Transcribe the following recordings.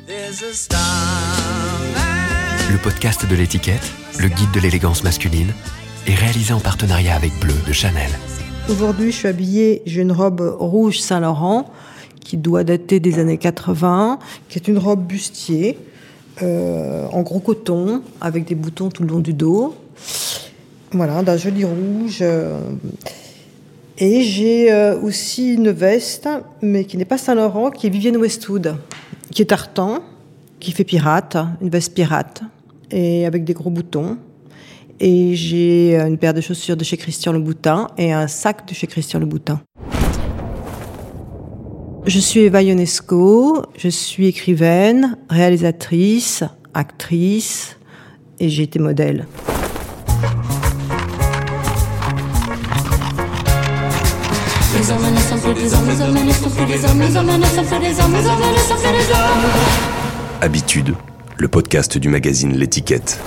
Le podcast de l'étiquette, le guide de l'élégance masculine, est réalisé en partenariat avec Bleu de Chanel. Aujourd'hui, je suis habillée, j'ai une robe rouge Saint-Laurent qui doit dater des années 80, qui est une robe bustier, en gros coton, avec des boutons tout le long du dos. Voilà, d'un joli rouge. Et j'ai aussi une veste, mais qui n'est pas Saint-Laurent, qui est Vivienne Westwood, qui est tartan, qui fait pirate, une veste pirate, et avec des gros boutons. Et j'ai une paire de chaussures de chez Christian Louboutin et un sac de chez Christian Louboutin. Je suis Eva Ionesco, je suis écrivaine, réalisatrice, actrice, et j'ai été modèle. Habitude, le podcast du magazine L'étiquette.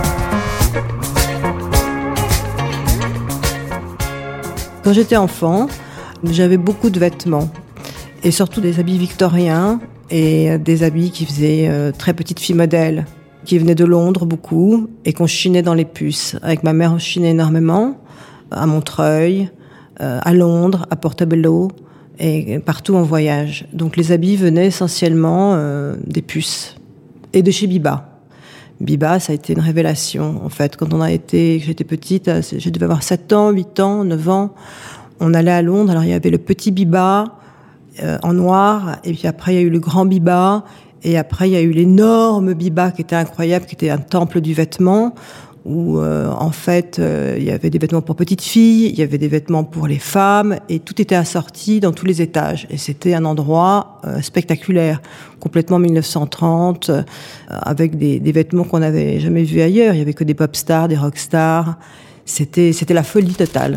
Quand j'étais enfant, j'avais beaucoup de vêtements, et surtout des habits victoriens et des habits qui faisaient très petite fille modèle, qui venaient de Londres beaucoup et qu'on chinait dans les puces. Avec ma mère, on chinait énormément, à Montreuil, à Londres, à Portobello et partout en voyage. Donc les habits venaient essentiellement des puces et de chez Biba. Biba, ça a été une révélation, en fait. Quand j'étais petite, je devais avoir 7 ans, 8 ans, 9 ans. On allait à Londres, alors il y avait le petit Biba en noir, et puis après il y a eu le grand Biba, et après il y a eu l'énorme Biba qui était incroyable, qui était un temple du vêtement, où en fait il y avait des vêtements pour petites filles, il y avait des vêtements pour les femmes, et tout était assorti dans tous les étages. Et c'était un endroit spectaculaire, complètement 1930, avec des vêtements qu'on n'avait jamais vus ailleurs. Il y avait que des pop stars, des rock stars. C'était la folie totale.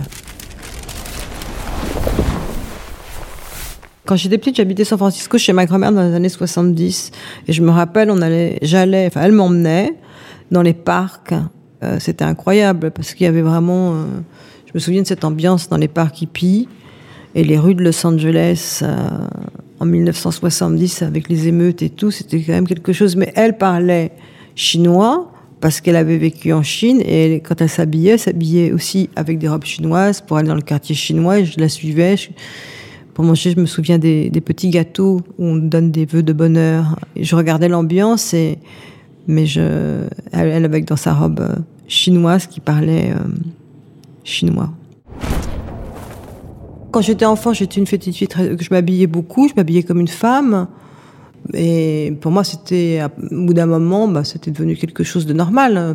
Quand j'étais petite, j'habitais San Francisco chez ma grand-mère dans les années 70. Et je me rappelle, elle m'emmenait dans les parcs. C'était incroyable parce qu'il y avait vraiment... je me souviens de cette ambiance dans les parcs hippies et les rues de Los Angeles en 1970 avec les émeutes et tout. C'était quand même quelque chose. Mais elle parlait chinois parce qu'elle avait vécu en Chine et quand elle s'habillait aussi avec des robes chinoises pour aller dans le quartier chinois. Et je la suivais. Pour manger, je me souviens des petits gâteaux où on donne des vœux de bonheur. Et je regardais l'ambiance, elle avec dans sa robe chinoise qui parlait chinois. Quand j'étais enfant, j'étais une petite fille je m'habillais beaucoup, je m'habillais comme une femme. Et pour moi, au bout d'un moment, c'était devenu quelque chose de normal.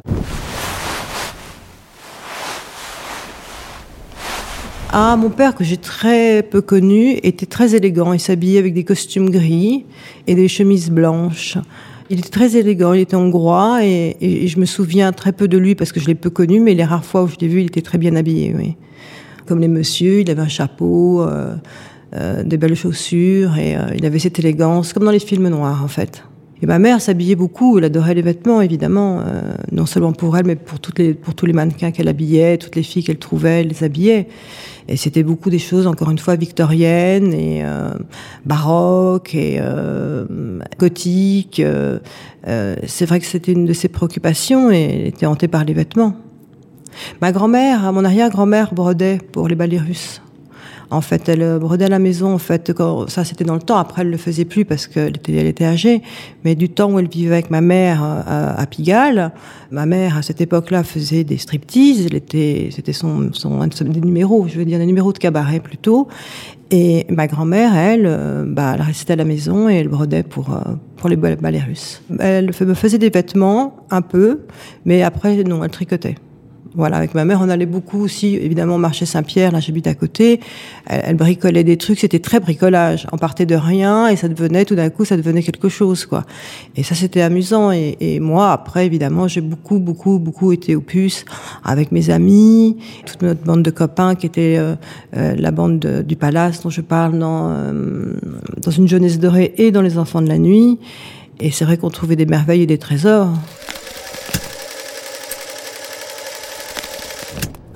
Ah, mon père, que j'ai très peu connu, était très élégant. Il s'habillait avec des costumes gris et des chemises blanches. Il était très élégant, il était hongrois et je me souviens très peu de lui parce que je l'ai peu connu, mais les rares fois où je l'ai vu, il était très bien habillé, oui. Comme les messieurs, il avait un chapeau, des belles chaussures et il avait cette élégance, comme dans les films noirs, en fait. Et ma mère s'habillait beaucoup, elle adorait les vêtements, évidemment, non seulement pour elle, mais pour tous les mannequins qu'elle habillait, toutes les filles qu'elle trouvait, elle les habillait. Et c'était beaucoup des choses, encore une fois, victoriennes et baroques et gothiques. C'est vrai que c'était une de ses préoccupations et elle était hantée par les vêtements. Mon arrière-grand-mère brodait pour les ballets russes. En fait, elle brodait à la maison, en fait, ça c'était dans le temps. Après, elle le faisait plus parce qu'elle était âgée. Mais du temps où elle vivait avec ma mère à Pigalle, ma mère, à cette époque-là, faisait des striptease. C'était des numéros, des numéros de cabaret plutôt. Et ma grand-mère, elle restait à la maison et elle brodait pour les ballets russes. Elle me faisait des vêtements, un peu, mais après, non, elle tricotait. Voilà, avec ma mère, on allait beaucoup aussi, évidemment, au marché Saint-Pierre, là j'habite à côté. Elle bricolait des trucs, c'était très bricolage. On partait de rien et tout d'un coup, ça devenait quelque chose, quoi. Et ça, c'était amusant. Et moi, après, évidemment, j'ai beaucoup été aux puces avec mes amis, toute notre bande de copains qui était la bande du Palace dont je parle dans Une jeunesse dorée et dans Les enfants de la nuit. Et c'est vrai qu'on trouvait des merveilles et des trésors.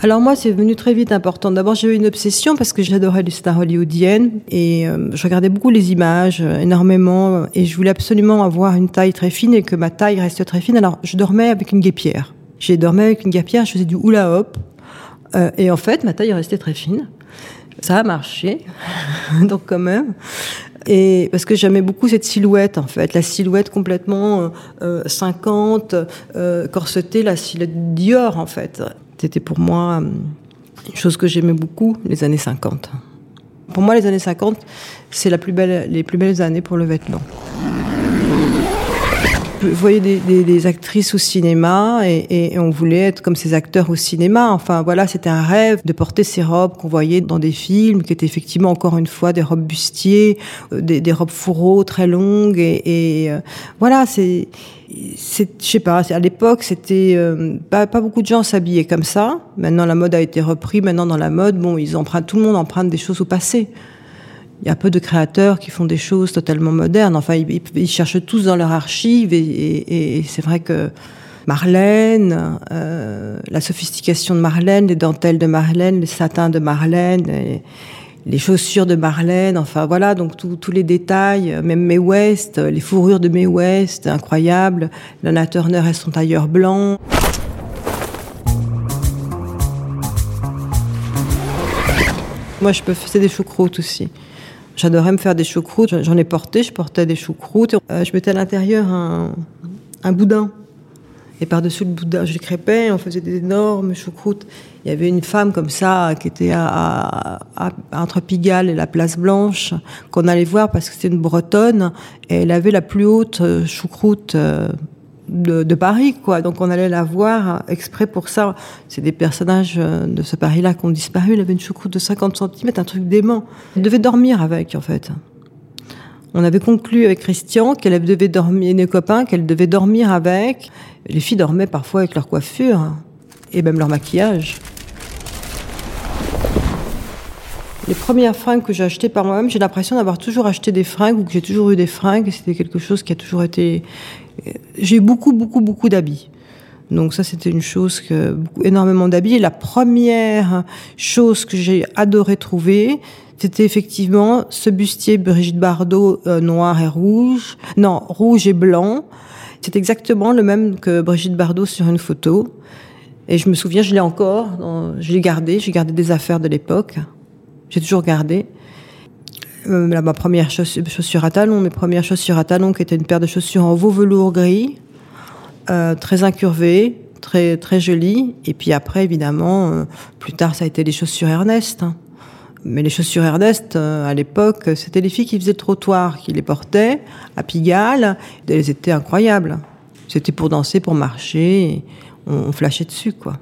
Alors moi, c'est devenu très vite important. D'abord, j'ai eu une obsession parce que j'adorais les stars hollywoodiennes et je regardais beaucoup les images, énormément, et je voulais absolument avoir une taille très fine et que ma taille reste très fine. Alors, je dormais avec une guêpière. J'ai dormi avec une guêpière, je faisais du hula hop, et en fait, ma taille est restée très fine. Ça a marché, donc quand même. Et parce que j'aimais beaucoup cette silhouette, en fait, la silhouette complètement 50, corsetée, la silhouette Dior, en fait. C'était pour moi une chose que j'aimais beaucoup, les années 50. Pour moi, les années 50, c'est les plus belles années pour le vêtement. Je voyais des actrices au cinéma et on voulait être comme ces acteurs au cinéma. Enfin, voilà, c'était un rêve de porter ces robes qu'on voyait dans des films, qui étaient effectivement, encore une fois, des robes bustiers, des robes fourreaux très longues. Voilà, je sais pas, à l'époque, c'était pas beaucoup de gens s'habillaient comme ça. Maintenant, la mode a été reprise. Maintenant, dans la mode, bon, tout le monde emprunte des choses au passé. Il y a peu de créateurs qui font des choses totalement modernes. Enfin, ils cherchent tous dans leur archive et c'est vrai que Marlène, la sophistication de Marlène, les dentelles de Marlène, les satins de Marlène, les chaussures de Marlène, enfin voilà, donc tous les détails, même Mae West, les fourrures de Mae West, incroyables, Lana Turner et son tailleur blanc. Moi, je peux faire des choucroutes aussi. J'adorais me faire des choucroutes. J'en ai porté, je portais des choucroutes. Je mettais à l'intérieur un boudin. Et par-dessus le boudin, je les crêpais, on faisait des énormes choucroutes. Il y avait une femme comme ça qui était entre Pigalle et la Place Blanche, qu'on allait voir parce que c'était une Bretonne. Et elle avait la plus haute choucroute de Paris, quoi. Donc on allait la voir exprès pour ça. C'est des personnages de ce Paris-là qui ont disparu. Elle avait une choucroute de 50 cm, un truc dément. Elle devait dormir avec, en fait. On avait conclu avec Christian qu'elle devait dormir, et nos copains, qu'elle devait dormir avec. Les filles dormaient parfois avec leur coiffure et même leur maquillage. Les premières fringues que j'ai achetées par moi-même, j'ai l'impression d'avoir toujours acheté des fringues ou que j'ai toujours eu des fringues. C'était quelque chose qui a toujours été... J'ai eu beaucoup d'habits. Donc ça, c'était une chose énormément d'habits. Et la première chose que j'ai adoré trouver, c'était effectivement ce bustier Brigitte Bardot noir et rouge. Non, rouge et blanc. C'est exactement le même que Brigitte Bardot sur une photo. Et je me souviens, je l'ai encore. J'ai gardé des affaires de l'époque. J'ai toujours gardé. Ma première chaussure à talons, mes premières chaussures à talons, qui étaient une paire de chaussures en veau velours gris, très incurvées, très, très jolies. Et puis après, évidemment, plus tard, ça a été les chaussures Ernest. Mais les chaussures Ernest, à l'époque, c'était les filles qui faisaient le trottoir, qui les portaient à Pigalle. Elles étaient incroyables. C'était pour danser, pour marcher. On flashait dessus, quoi.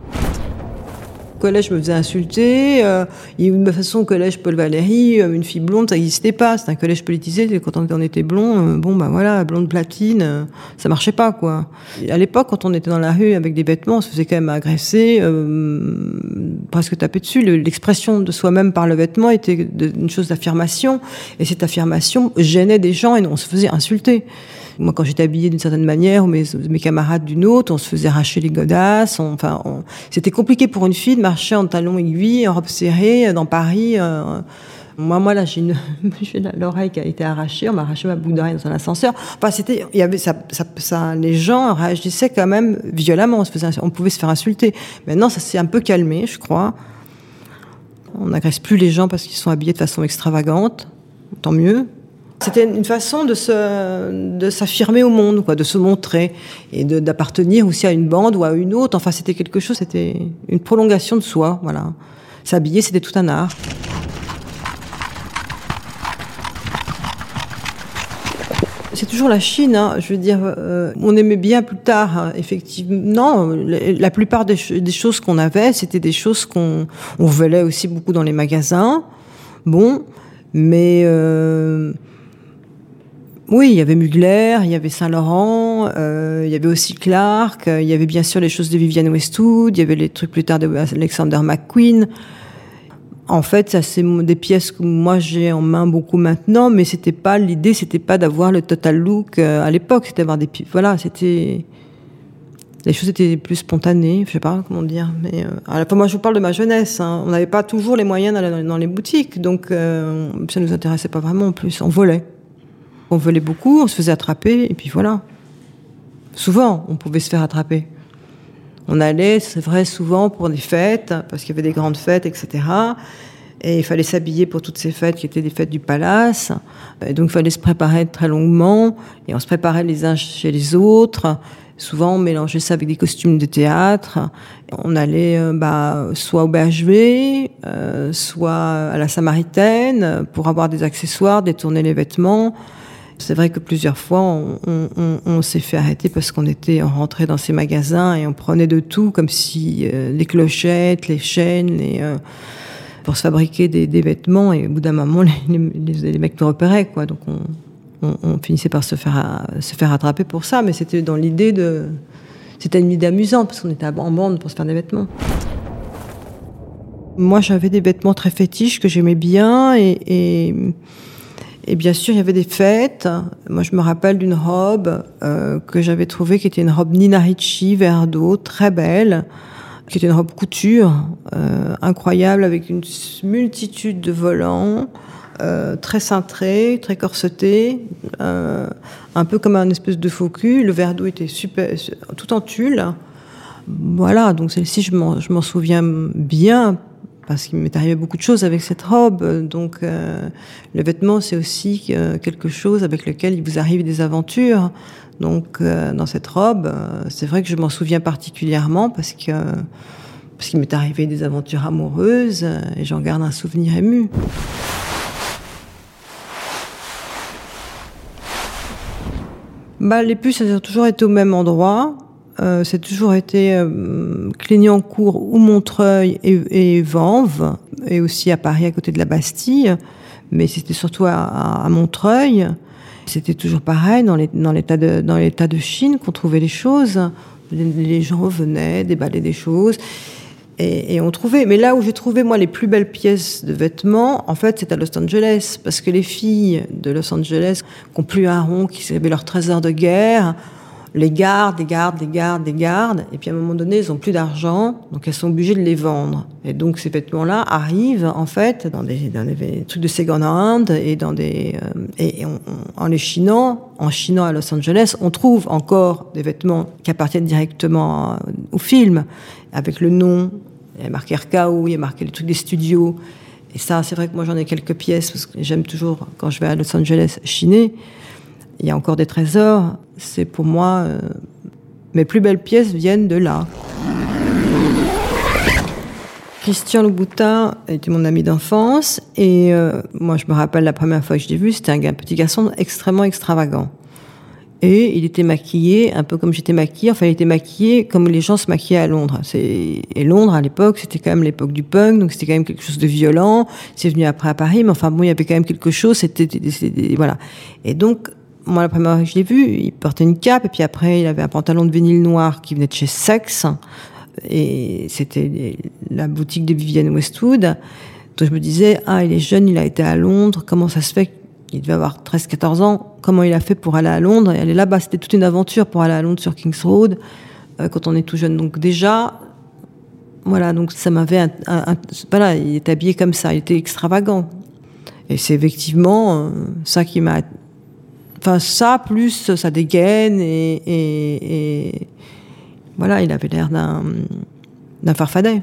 Au collège, je me faisais insulter. Il y a eu une façon au collège Paul Valéry, une fille blonde, ça n'existait pas. C'était un collège politisé. Quand on était blond, voilà, blonde platine, ça marchait pas, quoi. Et à l'époque, quand on était dans la rue avec des vêtements, on se faisait quand même agresser, presque taper dessus. L'expression de soi-même par le vêtement était une chose d'affirmation. Et cette affirmation gênait des gens et on se faisait insulter. Moi, quand j'étais habillée d'une certaine manière, ou mes camarades d'une autre, on se faisait arracher les godasses. C'était compliqué pour une fille de marcher en talons aiguilles, en robe serrée, dans Paris. Moi, là, j'ai l'oreille qui a été arrachée. On m'a arraché ma boucle d'oreille dans un ascenseur. Enfin, il y avait ça, les gens réagissaient quand même violemment. On pouvait se faire insulter. Maintenant, ça s'est un peu calmé, je crois. On n'agresse plus les gens parce qu'ils sont habillés de façon extravagante. Tant mieux. C'était une façon de s'affirmer au monde, quoi, de se montrer et d'appartenir aussi à une bande ou à une autre. Enfin, c'était quelque chose, c'était une prolongation de soi, voilà. S'habiller, c'était tout un art. C'est toujours la Chine, hein. Je veux dire, on aimait bien plus tard, hein, effectivement. Non, la plupart des choses qu'on avait, c'était des choses qu'on volait aussi beaucoup dans les magasins. Bon, mais... oui, il y avait Mugler, il y avait Saint-Laurent, il y avait aussi Clark, il y avait bien sûr les choses de Vivienne Westwood, il y avait les trucs plus tard d'Alexander McQueen. En fait, ça c'est des pièces que moi j'ai en main beaucoup maintenant, mais l'idée c'était pas d'avoir le total look à l'époque, c'était d'avoir voilà, c'était Les choses étaient plus spontanées, je sais pas comment dire. Mais à la fois, moi, je vous parle de ma jeunesse. On n'avait pas toujours les moyens dans les boutiques, donc ça nous intéressait pas vraiment. En plus, on volait beaucoup, on se faisait attraper, et puis voilà. Souvent, on pouvait se faire attraper. On allait, c'est vrai, souvent pour des fêtes, parce qu'il y avait des grandes fêtes, etc. Et il fallait s'habiller pour toutes ces fêtes qui étaient des fêtes du palace. Et donc, il fallait se préparer très longuement. Et on se préparait les uns chez les autres. Souvent, on mélangeait ça avec des costumes de théâtre. On allait soit au BHV, soit à la Samaritaine pour avoir des accessoires, détourner les vêtements. C'est vrai que plusieurs fois, on s'est fait arrêter parce qu'on rentrait dans ces magasins et on prenait de tout, comme si les clochettes, les chaînes, pour se fabriquer des vêtements. Et au bout d'un moment, les mecs nous repéraient, quoi. Donc on finissait par se faire attraper pour ça, mais c'était dans l'idée c'était une idée amusante parce qu'on était en bande pour se faire des vêtements. Moi, j'avais des vêtements très fétiches que j'aimais bien et bien sûr, il y avait des fêtes. Moi, je me rappelle d'une robe que j'avais trouvée, qui était une robe Nina Ricci vert d'eau, très belle, qui était une robe couture, incroyable, avec une multitude de volants, très cintrée, très corsetée, un peu comme un espèce de faux cul. Le vert d'eau était super, tout en tulle. Voilà, donc celle-ci, je m'en souviens bien, parce qu'il m'est arrivé beaucoup de choses avec cette robe. Donc, le vêtement, c'est aussi quelque chose avec lequel il vous arrive des aventures. Donc, dans cette robe, c'est vrai que je m'en souviens particulièrement parce qu'il m'est arrivé des aventures amoureuses et j'en garde un souvenir ému. Les puces, elles ont toujours été au même endroit. C'est toujours été Clignancourt ou Montreuil et Vanves, et aussi à Paris, à côté de la Bastille. Mais c'était surtout à Montreuil. C'était toujours pareil, dans l'état de Chine qu'on trouvait les choses. Les gens venaient déballer des choses. Et on trouvait. Mais là où j'ai trouvé, moi, les plus belles pièces de vêtements, en fait, c'est à Los Angeles. Parce que les filles de Los Angeles, qui n'ont plus un rond, qui avaient leur trésor de guerre, les gardent. Et puis à un moment donné, elles n'ont plus d'argent, donc elles sont obligées de les vendre. Et donc ces vêtements-là arrivent, en fait, dans des trucs de second hand, et en les chinant à Los Angeles, on trouve encore des vêtements qui appartiennent directement au film, avec le nom. Il y a marqué RKO, il y a marqué les trucs des studios. Et ça, c'est vrai que moi, j'en ai quelques pièces, parce que j'aime toujours, quand je vais à Los Angeles, chiner. Il y a encore des trésors. C'est pour moi, mes plus belles pièces viennent de là. Christian Louboutin était mon ami d'enfance et moi je me rappelle la première fois que je l'ai vu, c'était un petit garçon extrêmement extravagant. Et il était maquillé un peu comme j'étais maquillée, enfin il était maquillé comme les gens se maquillaient à Londres. Et Londres à l'époque, c'était quand même l'époque du punk, donc c'était quand même quelque chose de violent. C'est venu après à Paris, mais enfin bon, il y avait quand même quelque chose, c'était voilà. Et donc moi, la première fois que je l'ai vu, il portait une cape, et puis après, il avait un pantalon de vinyle noir qui venait de chez Sex, et c'était la boutique de Vivienne Westwood. Donc je me disais, il est jeune, il a été à Londres, comment ça se fait qu'il devait avoir 13-14 ans, comment il a fait pour aller à Londres, et aller là-bas, c'était toute une aventure pour aller à Londres sur King's Road, quand on est tout jeune. Donc déjà, voilà, donc ça m'avait, voilà, il était habillé comme ça, il était extravagant. Et c'est effectivement ça qui m'a... Enfin, ça, plus sa dégaine, et voilà, il avait l'air d'un farfadet.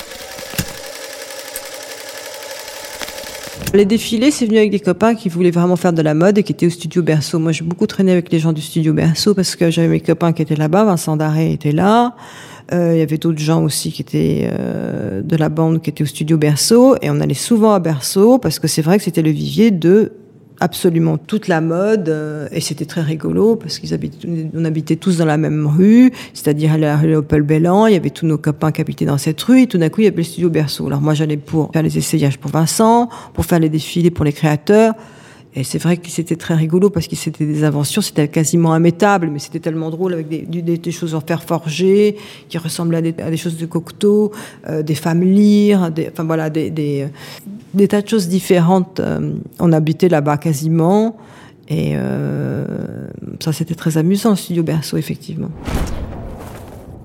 Les défilés, c'est venu avec des copains qui voulaient vraiment faire de la mode et qui étaient au studio Berceau. Moi, j'ai beaucoup traîné avec les gens du studio Berceau parce que j'avais mes copains qui étaient là-bas, Vincent Darré était là. Il y avait d'autres gens aussi qui étaient de la bande qui étaient au studio Berceau, et on allait souvent à Berceau parce que c'est vrai que c'était le vivier de absolument toute la mode, et c'était très rigolo parce on habitait tous dans la même rue, c'est-à-dire la rue Léopold-Bellan. Il y avait tous nos copains qui habitaient dans cette rue, et tout d'un coup il y avait le studio Berceau. Alors moi j'allais pour faire les essayages pour Vincent, pour faire les défilés pour les créateurs, et c'est vrai que c'était très rigolo parce que c'était des inventions, c'était quasiment immétable, mais c'était tellement drôle avec des choses en fer forgé qui ressemblaient à des choses de Cocteau, des femmes lyres, enfin voilà, des tas de choses différentes. On habitait là-bas quasiment, et ça c'était très amusant, le studio Berceau, effectivement.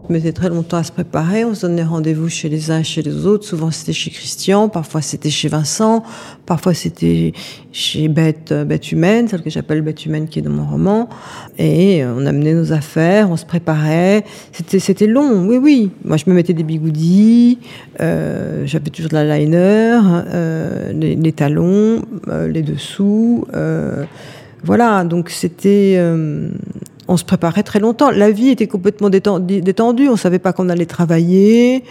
On mettait très longtemps à se préparer, on se donnait rendez-vous chez les uns et chez les autres. Souvent c'était chez Christian, parfois c'était chez Vincent, parfois c'était chez Bête Humaine, celle que j'appelle Bête Humaine qui est dans mon roman. Et on amenait nos affaires, on se préparait. C'était long, oui. Moi je me mettais des bigoudis, j'avais toujours de l'eyeliner, les talons, les dessous. Voilà, donc c'était... on se préparait très longtemps. La vie était complètement détendue. On ne savait pas qu'on allait travailler.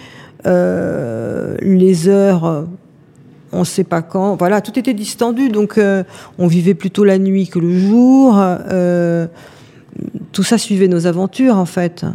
Les heures, on ne sait pas quand. Voilà, tout était distendu. Donc, on vivait plutôt la nuit que le jour. Tout ça suivait nos aventures, en fait.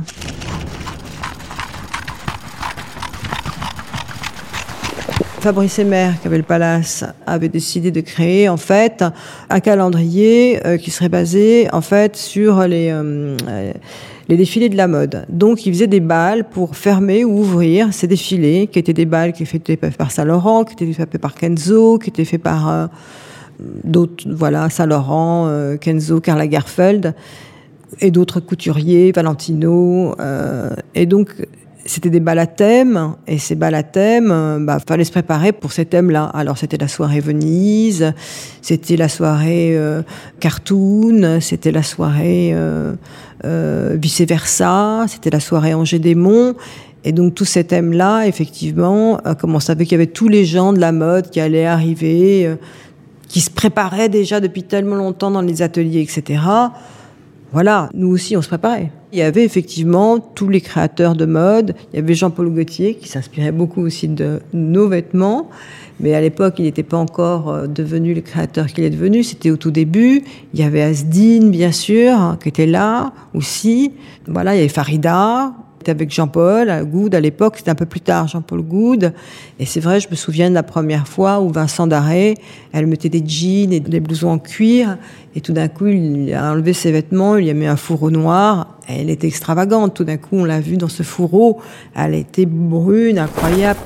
Fabrice Emmer, qui avait le Palace, avait décidé de créer en fait un calendrier qui serait basé en fait sur les défilés de la mode. Donc il faisait des bals pour fermer ou ouvrir ces défilés, qui étaient des bals qui étaient faits par Saint Laurent, qui étaient faits par Kenzo, qui étaient faits par d'autres, voilà, Saint Laurent, Kenzo, Karl Lagerfeld et d'autres couturiers, Valentino, et donc c'était des bals à thème, et ces bals à thème, fallait se préparer pour ces thèmes-là. Alors c'était la soirée Venise, c'était la soirée cartoon, c'était la soirée vice-versa, c'était la soirée Angers-Desmonts. Et donc tous ces thèmes-là, effectivement, comme on savait qu'il y avait tous les gens de la mode qui allaient arriver, qui se préparaient déjà depuis tellement longtemps dans les ateliers, etc., voilà, nous aussi on se préparait. Il y avait effectivement tous les créateurs de mode. Il y avait Jean-Paul Gaultier qui s'inspirait beaucoup aussi de nos vêtements. Mais à l'époque, il n'était pas encore devenu le créateur qu'il est devenu. C'était au tout début. Il y avait Asdine, bien sûr, qui était là aussi. Voilà, il y avait Farida. C'était avec Jean-Paul Goude à l'époque. C'était un peu plus tard, Jean-Paul Goude. Et c'est vrai, je me souviens de la première fois où Vincent Darré, elle mettait des jeans et des blousons en cuir. Et tout d'un coup, il a enlevé ses vêtements, il y a mis un fourreau noir. Et elle était extravagante. Tout d'un coup, on l'a vue dans ce fourreau. Elle était brune, incroyable.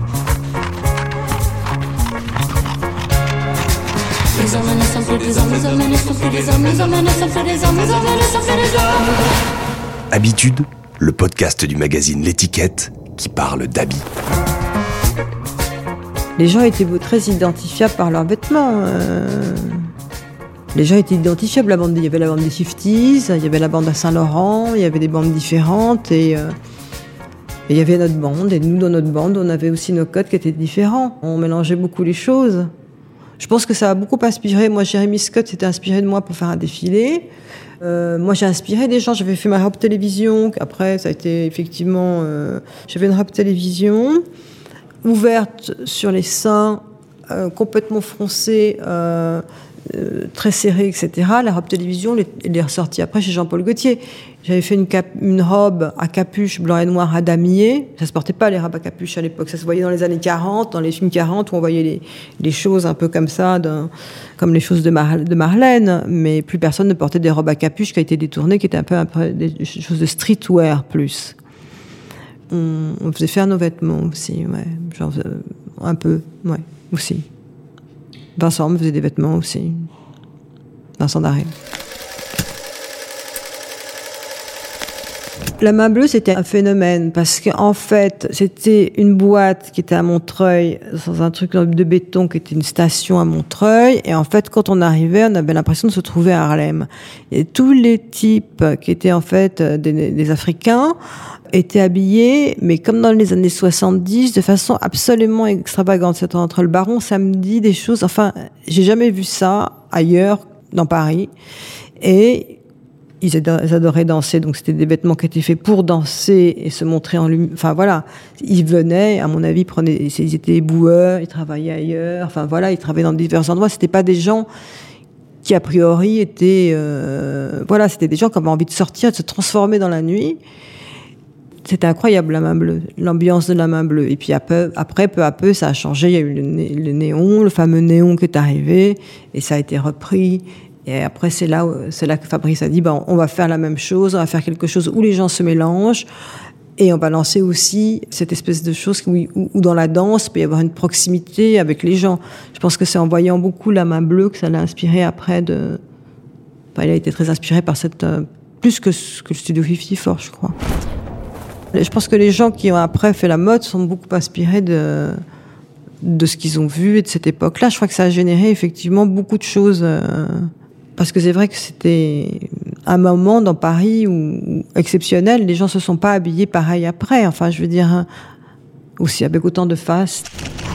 Habitude, le podcast du magazine L'Étiquette qui parle d'habits. Les gens étaient très identifiables par leurs vêtements. Les gens étaient identifiables. Il y avait la bande des 50s, il y avait la bande à Saint-Laurent, il y avait des bandes différentes et il y avait notre bande. Et nous, dans notre bande, on avait aussi nos codes qui étaient différents. On mélangeait beaucoup les choses. Je pense que ça a beaucoup inspiré. Moi, Jérémy Scott s'était inspiré de moi pour faire un défilé. Moi, j'ai inspiré des gens. J'avais fait ma robe télévision. Après, ça a été effectivement... j'avais une robe télévision ouverte sur les seins, complètement froncée, très serrée, etc. La robe télévision, elle est ressortie après chez Jean-Paul Gaultier. J'avais fait une robe à capuche blanc et noir à damier. Ça se portait pas, les robes à capuche à l'époque. Ça se voyait dans les années 40, dans les films 40, où on voyait les choses un peu comme ça, comme les choses de Marlène. Mais plus personne ne portait des robes à capuche qui a été détournées, qui étaient un peu des choses de streetwear plus. On faisait faire nos vêtements aussi, ouais. Genre, un peu, ouais, aussi. Vincent me faisait des vêtements aussi. Vincent Darré. La main bleue, c'était un phénomène parce qu'en fait, c'était une boîte qui était à Montreuil, dans un truc de béton qui était une station à Montreuil. Et en fait, quand on arrivait, on avait l'impression de se trouver à Harlem. Et tous les types qui étaient en fait des Africains étaient habillés, mais comme dans les années 70, de façon absolument extravagante. C'était entre le Baron Samedi, des choses... Enfin, j'ai jamais vu ça ailleurs, dans Paris. Et... Ils adoraient danser, donc c'était des vêtements qui étaient faits pour danser et se montrer en lumière. Enfin voilà, ils venaient, à mon avis, ils étaient éboueurs, ils travaillaient ailleurs. Enfin voilà, ils travaillaient dans divers endroits. C'était pas des gens qui a priori étaient, voilà, c'était des gens qui avaient envie de sortir, de se transformer dans la nuit. C'était incroyable, la main bleue, l'ambiance de la main bleue. Et puis après, peu à peu, ça a changé. Il y a eu le néon, le fameux néon qui est arrivé, et ça a été repris. Et après, c'est là que Fabrice a dit, on va faire la même chose, on va faire quelque chose où les gens se mélangent, et on va lancer aussi cette espèce de chose où dans la danse, il peut y avoir une proximité avec les gens. Je pense que c'est en voyant beaucoup la main bleue que ça l'a inspiré après il a été très inspiré par plus que le Studio 54, je crois. Je pense que les gens qui ont après fait la mode sont beaucoup inspirés de ce qu'ils ont vu et de cette époque-là. Je crois que ça a généré effectivement beaucoup de choses. Parce que c'est vrai que c'était un moment dans Paris où exceptionnel. Les gens se sont pas habillés pareil après. Enfin, je veux dire, aussi avec autant de faces.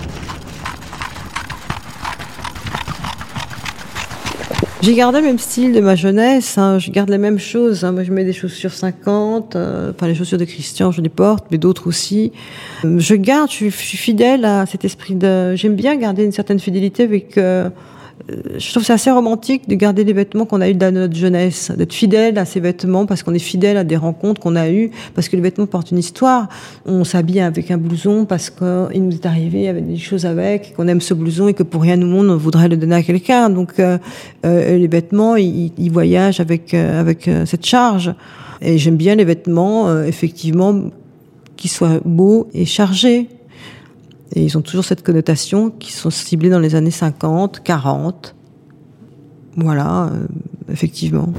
J'ai gardé le même style de ma jeunesse, je garde les mêmes choses. Moi, je mets des chaussures 50, les chaussures de Christian, je les porte, mais d'autres aussi. Je suis fidèle à cet esprit j'aime bien garder une certaine fidélité avec... je trouve que c'est assez romantique de garder les vêtements qu'on a eus dans notre jeunesse, d'être fidèle à ces vêtements parce qu'on est fidèle à des rencontres qu'on a eues, parce que les vêtements portent une histoire. On s'habille avec un blouson parce qu'il nous est arrivé avec des choses avec, qu'on aime ce blouson et que pour rien au monde on voudrait le donner à quelqu'un. Donc les vêtements, ils voyagent avec cette charge. Et j'aime bien les vêtements, effectivement, qui soient beaux et chargés. Et ils ont toujours cette connotation qui sont ciblés dans les années 50, 40. Voilà, effectivement.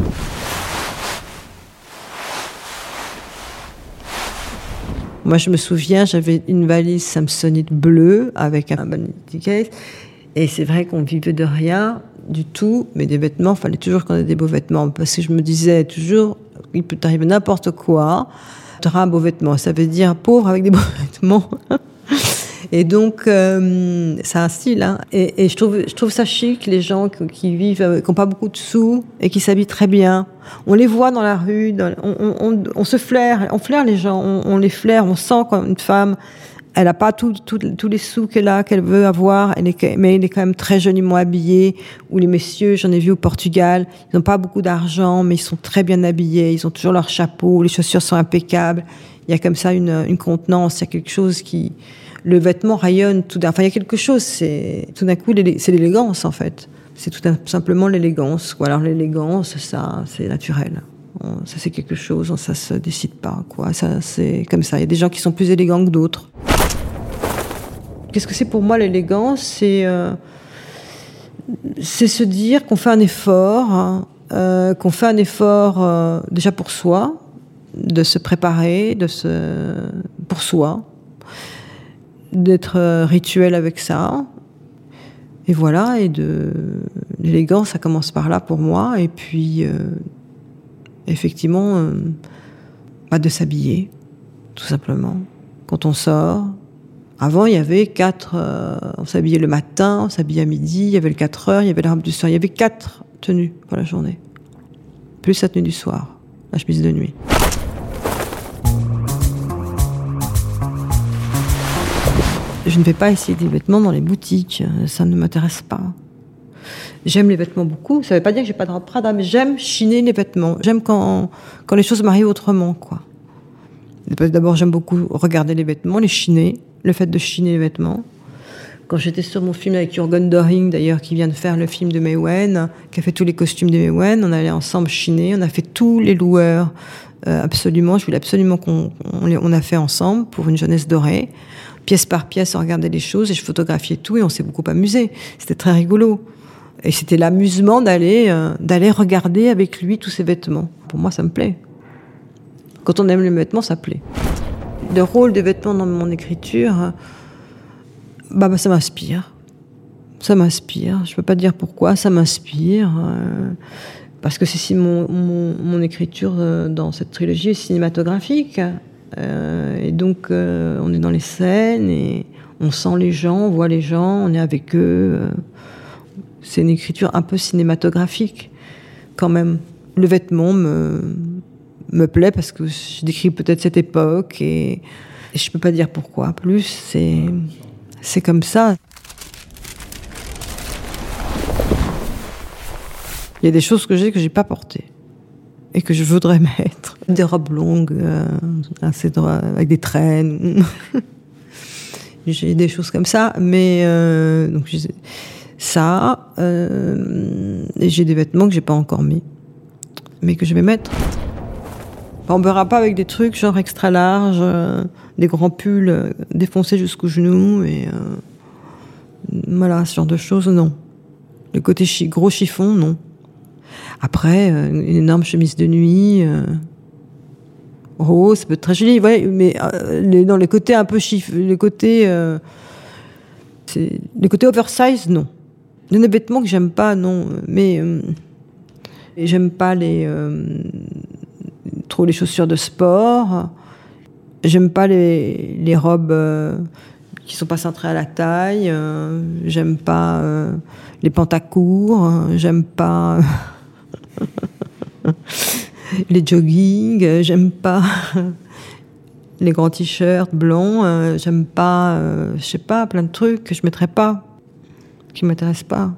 Moi, je me souviens, j'avais une valise Samsonite bleue avec un vanity case. Et c'est vrai qu'on vivait de rien du tout, mais des vêtements, il fallait toujours qu'on ait des beaux vêtements. Parce que je me disais toujours, il peut t'arriver n'importe quoi, tu auras un beau vêtement. Ça veut dire pauvre avec des beaux vêtements. Et donc, c'est un style, hein. Et je trouve ça chic, les gens qui vivent, qui n'ont pas beaucoup de sous et qui s'habillent très bien. On les voit dans la rue, on se flaire, on flaire les gens, on les flaire, on sent quand une femme, elle n'a pas tous les sous qu'elle veut avoir, mais elle est quand même très joliment habillée. Ou les messieurs, j'en ai vu au Portugal, ils n'ont pas beaucoup d'argent, mais ils sont très bien habillés, ils ont toujours leur chapeau, les chaussures sont impeccables. Il y a comme ça une contenance, il y a quelque chose qui... Le vêtement rayonne tout d'un... Enfin, il y a quelque chose, tout d'un coup, c'est l'élégance, en fait. C'est simplement l'élégance. Ou alors l'élégance, ça, c'est naturel. Ça, c'est quelque chose, ça se décide pas, quoi. Ça, c'est comme ça. Il y a des gens qui sont plus élégants que d'autres. Qu'est-ce que c'est pour moi, l'élégance ? C'est se dire qu'on fait un effort, déjà pour soi, de se préparer, pour soi, d'être rituel avec ça, et voilà, et l'élégance, ça commence par là pour moi, et puis effectivement de s'habiller, tout simplement, quand on sort. Avant, il y avait on s'habillait le matin, on s'habillait à midi, il y avait le 4 heures, il y avait la robe du soir, il y avait 4 tenues pour la journée, plus la tenue du soir, la chemise de nuit. Je ne vais pas essayer des vêtements dans les boutiques, ça ne m'intéresse pas. J'aime les vêtements beaucoup, ça ne veut pas dire que j'ai pas de robe Prada, mais j'aime chiner les vêtements. J'aime quand les choses m'arrivent autrement, quoi. D'abord, j'aime beaucoup regarder les vêtements, les chiner, le fait de chiner les vêtements. Quand j'étais sur mon film avec Jürgen Doring, d'ailleurs, qui vient de faire le film de May Wen, qui a fait tous les costumes de May Wen, on allait ensemble chiner, on a fait tous les loueurs, absolument. Je voulais absolument on a fait ensemble pour une jeunesse dorée. Pièce par pièce, on regardait les choses et je photographiais tout et on s'est beaucoup amusé. C'était très rigolo. Et c'était l'amusement d'aller regarder avec lui tous ces vêtements. Pour moi, ça me plaît. Quand on aime les vêtements, ça plaît. Le rôle des vêtements dans mon écriture, ça m'inspire. Ça m'inspire. Je peux pas dire pourquoi, ça m'inspire. Parce que c'est mon écriture dans cette trilogie est cinématographique. Et donc, on est dans les scènes et on sent les gens, on voit les gens, on est avec eux. C'est une écriture un peu cinématographique, quand même. Le vêtement me plaît parce que je décris peut-être cette époque et je peux pas dire pourquoi. Plus, c'est comme ça. Il y a des choses que j'ai pas portées et que je voudrais mettre. Des robes longues, assez droites, avec des traînes. J'ai des choses comme ça, mais donc ça, et j'ai des vêtements que j'ai pas encore mis, mais que je vais mettre. On ne verra pas avec des trucs genre extra larges, des grands pulls défoncés jusqu'aux genoux, et voilà, ce genre de choses, non. Le côté gros chiffon, non. Après, une énorme chemise de nuit, rose, ça peut être très joli, ouais, mais dans les côtés un peu les côtés oversize, non. Il y a des vêtements que j'aime pas, non, mais j'aime pas trop les chaussures de sport. J'aime pas les robes qui sont pas cintrées à la taille. J'aime pas les pantacourts. J'aime pas les joggings. J'aime pas les grands t-shirts blancs. J'aime pas, je sais pas, plein de trucs que je mettrais pas, qui m'intéressent pas.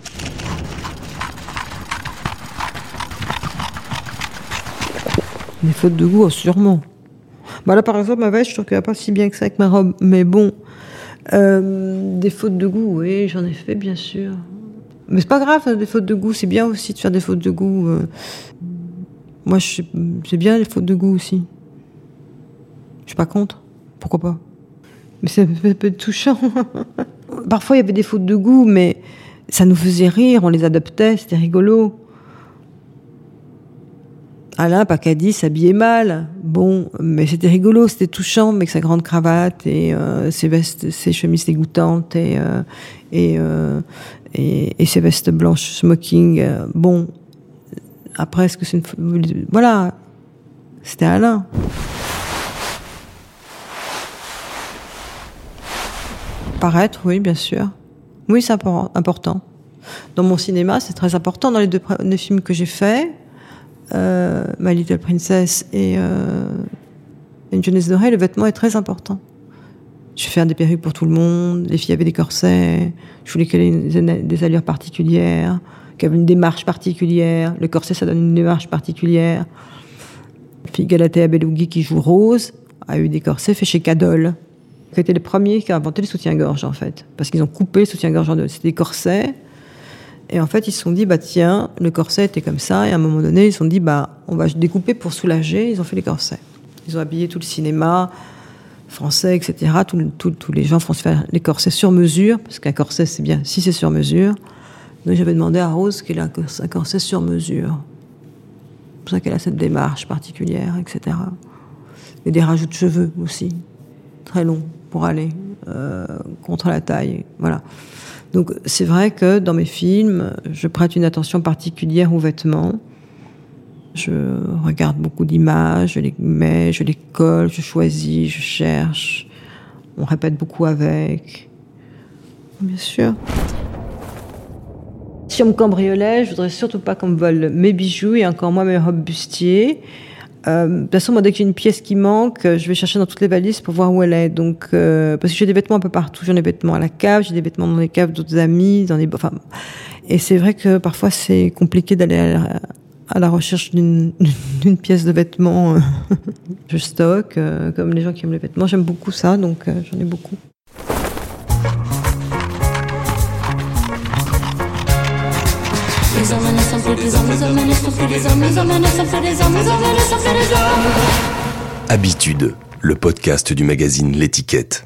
Des fautes de goût, sûrement. Bah là, par exemple, ma veste, je trouve qu'elle va pas si bien que ça avec ma robe. Mais bon, des fautes de goût, oui, j'en ai fait, bien sûr. Mais c'est pas grave, des fautes de goût. C'est bien aussi de faire des fautes de goût. Moi, c'est bien les fautes de goût aussi. Je suis pas contre. Pourquoi pas? Mais ça peut être touchant. Parfois, il y avait des fautes de goût, mais ça nous faisait rire. On les adoptait, c'était rigolo. Alain Pacadis s'habillait mal. Bon, mais c'était rigolo, c'était touchant, avec sa grande cravate et ses vestes, ses chemises dégoûtantes et ses vestes blanches smoking. Bon, après, est-ce que c'est une... Voilà, c'était Alain. Paraître, oui, bien sûr. Oui, c'est important. Dans mon cinéma, c'est très important. Dans les deux films que j'ai faits, My Little Princess et Une jeunesse dorée, le vêtement est très important. Je fais des perruques pour tout le monde, les filles avaient des corsets, je voulais qu'elles aient des allures particulières, qu'elles aient une démarche particulière, le corset ça donne une démarche particulière. La fille Galatea Belougui qui joue Rose a eu des corsets faits chez Cadol, qui a été les premiers qui a inventé les soutiens-gorge en fait, parce qu'ils ont coupé les soutiens-gorge en deux, c'était des corsets. Et en fait, ils se sont dit, le corset était comme ça. Et à un moment donné, ils se sont dit, on va découper pour soulager. Ils ont fait les corsets. Ils ont habillé tout le cinéma français, etc. Tous les gens font se faire les corsets sur mesure. Parce qu'un corset, c'est bien si c'est sur mesure. Donc j'avais demandé à Rose qu'elle ait un corset sur mesure. C'est pour ça qu'elle a cette démarche particulière, etc. Et des rajouts de cheveux aussi. Très longs pour aller contre la taille. Voilà. Donc c'est vrai que dans mes films, je prête une attention particulière aux vêtements. Je regarde beaucoup d'images, je les mets, je les colle, je choisis, je cherche. On répète beaucoup avec. Bien sûr. Si on me cambriolait, je voudrais surtout pas qu'on me vole mes bijoux et encore moins mes robes bustiers. De toute façon, moi, dès que j'ai une pièce qui manque, je vais chercher dans toutes les valises pour voir où elle est. Donc, parce que j'ai des vêtements un peu partout. J'ai des vêtements à la cave, j'ai des vêtements dans les caves d'autres amis, et c'est vrai que parfois c'est compliqué d'aller à la recherche d'une pièce de vêtements. Je stocke, comme les gens qui aiment les vêtements. J'aime beaucoup ça, donc j'en ai beaucoup. Habitude, le podcast du magazine L'Étiquette.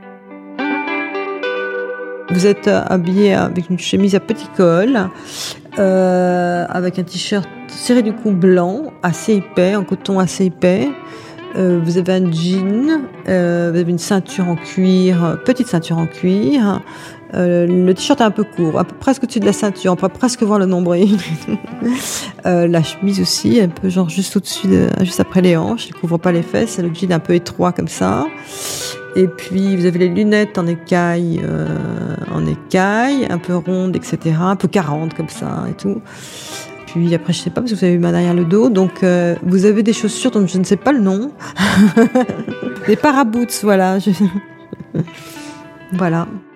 Vous êtes habillé avec une chemise à petit col, avec un t-shirt serré du cou blanc, assez épais, en coton assez épais. Vous avez un jean, vous avez une ceinture en cuir, petite ceinture en cuir. Le t-shirt est un peu court, presque au-dessus de la ceinture, on peut presque voir le nombril. La chemise aussi, un peu genre juste au-dessus, juste après les hanches, elle couvre pas les fesses, le jean un peu étroit comme ça. Et puis vous avez les lunettes en écaille, un peu rondes, etc., un peu 40 comme ça et tout. Puis après, je sais pas, parce que vous avez une main derrière le dos, donc vous avez des chaussures dont je ne sais pas le nom. Des paraboots, voilà. Voilà.